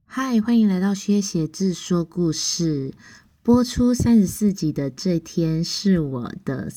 嗨，欢迎来到薛写字说故事。播出34集的这天是我的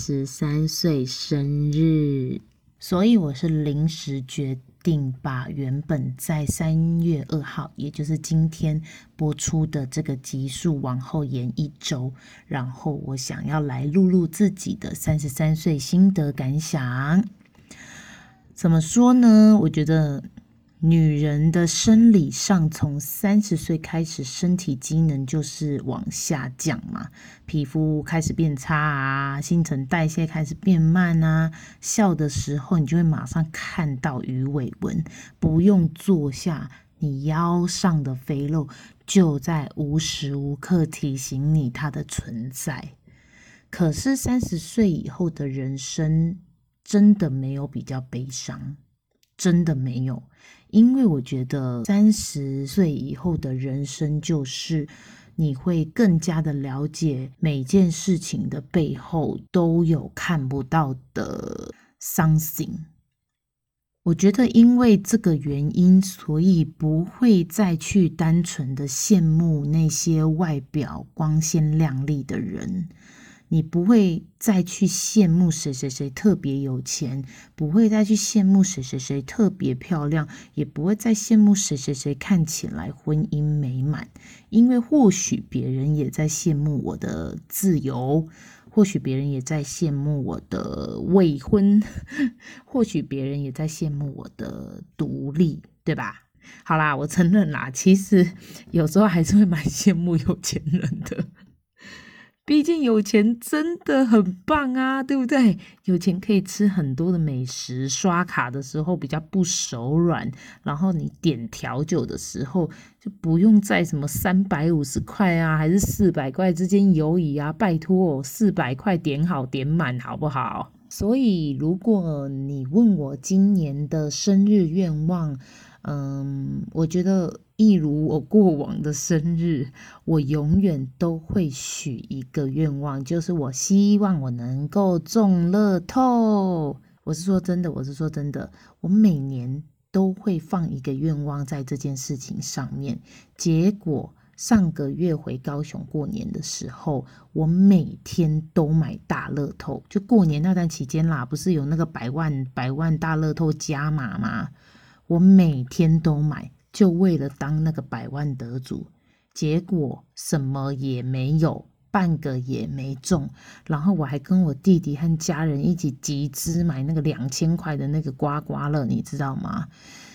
33岁生日，所以我是临时决定把原本在3月2号，也就是今天播出的这个集数往后延1周，然后我想要来录自己的33岁心得感想。怎么说呢？我觉得女人的生理上从30岁开始，身体机能就是往下降嘛，皮肤开始变差啊，新陈代谢开始变慢啊，笑的时候你就会马上看到鱼尾纹，不用坐下，你腰上的肥肉就在无时无刻提醒你它的存在。可是30岁以后的人生真的没有比较悲伤，真的没有。因为我觉得30岁以后的人生就是你会更加的了解每件事情的背后都有看不到的 something。我觉得因为这个原因，所以不会再去单纯的羡慕那些外表光鲜亮丽的人，你不会再去羡慕谁谁谁特别有钱，不会再去羡慕谁谁谁特别漂亮，也不会再羡慕谁谁谁看起来婚姻美满，因为或许别人也在羡慕我的自由，或许别人也在羡慕我的未婚，或许别人也在羡慕我的独立，对吧？好啦，我承认啦，其实有时候还是会蛮羡慕有钱人的。毕竟有钱真的很棒啊，对不对？有钱可以吃很多的美食，刷卡的时候比较不手软，然后你点调酒的时候就不用在什么350块啊，还是400块之间游移啊，拜托，400块点好点满好不好？所以如果你问我今年的生日愿望，我觉得一如我过往的生日，我永远都会许一个愿望，就是我希望我能够中乐透。我是说真的，我每年都会放一个愿望在这件事情上面。结果上个月回高雄过年的时候，我每天都买大乐透，就过年那段期间啦，不是有那个百万大乐透加码吗？我每天都买，就为了当那个100万得主，结果什么也没有，半个也没中。然后我还跟我弟弟和家人一起集资买那个2000块的那个刮刮乐，你知道吗？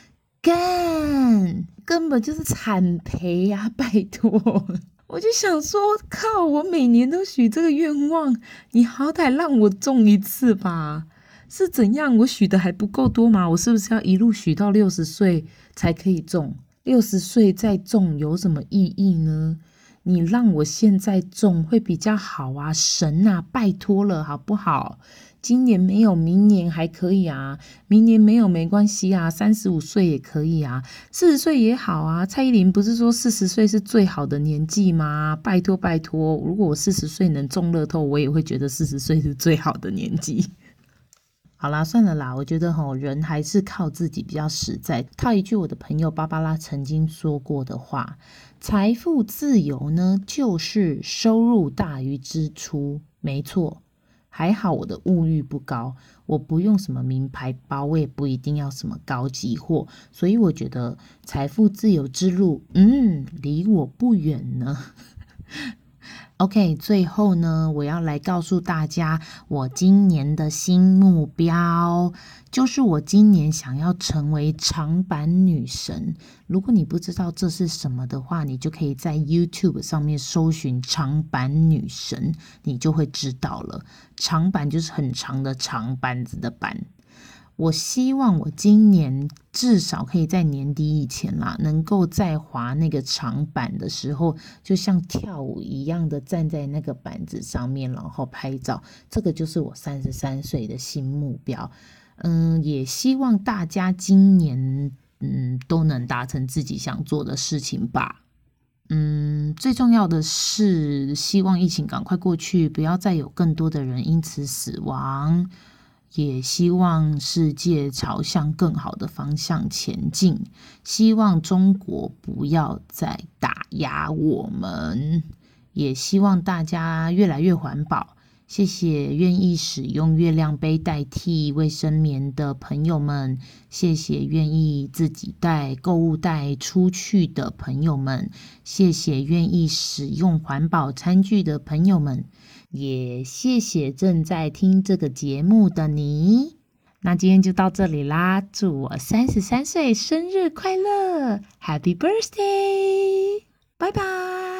根本就是惨赔呀，拜托。我就想说，靠，我每年都许这个愿望，你好歹让我中一次吧。是怎样？我许的还不够多吗？我是不是要一路许到60岁才可以中？60岁再中有什么意义呢？你让我现在中会比较好啊，神啊，拜托了好不好？今年没有，明年还可以啊，明年没有没关系啊，35岁也可以啊，40岁也好啊。蔡依林不是说40岁是最好的年纪吗？拜托拜托，如果我40岁能中乐透，我也会觉得40岁是最好的年纪。好啦，算了啦，我觉得人还是靠自己比较实在。套一句我的朋友芭芭拉曾经说过的话，财富自由呢，就是收入大于支出。没错，还好我的物欲不高，我不用什么名牌包，我也不一定要什么高级货，所以我觉得财富自由之路，离我不远呢。OK， 最后呢，我要来告诉大家，我今年的新目标就是我今年想要成为长版女神。如果你不知道这是什么的话，你就可以在 YouTube 上面搜寻长版女神，你就会知道了。长版就是很长的长，板子的板。我希望我今年至少可以在年底以前啦，能够在滑那个长板的时候，就像跳舞一样的站在那个板子上面，然后拍照。这个就是我33岁的新目标。也希望大家今年都能达成自己想做的事情吧。最重要的是希望疫情赶快过去，不要再有更多的人因此死亡。 也希望世界朝向更好的方向前进，希望中国不要再打压我们，也希望大家越来越环保。谢谢愿意使用月亮杯代替卫生棉的朋友们，谢谢愿意自己带购物袋出去的朋友们，谢谢愿意使用环保餐具的朋友们，也谢谢正在听这个节目的你。那今天就到这里啦，祝我33岁生日快乐 Happy Birthday， 拜拜。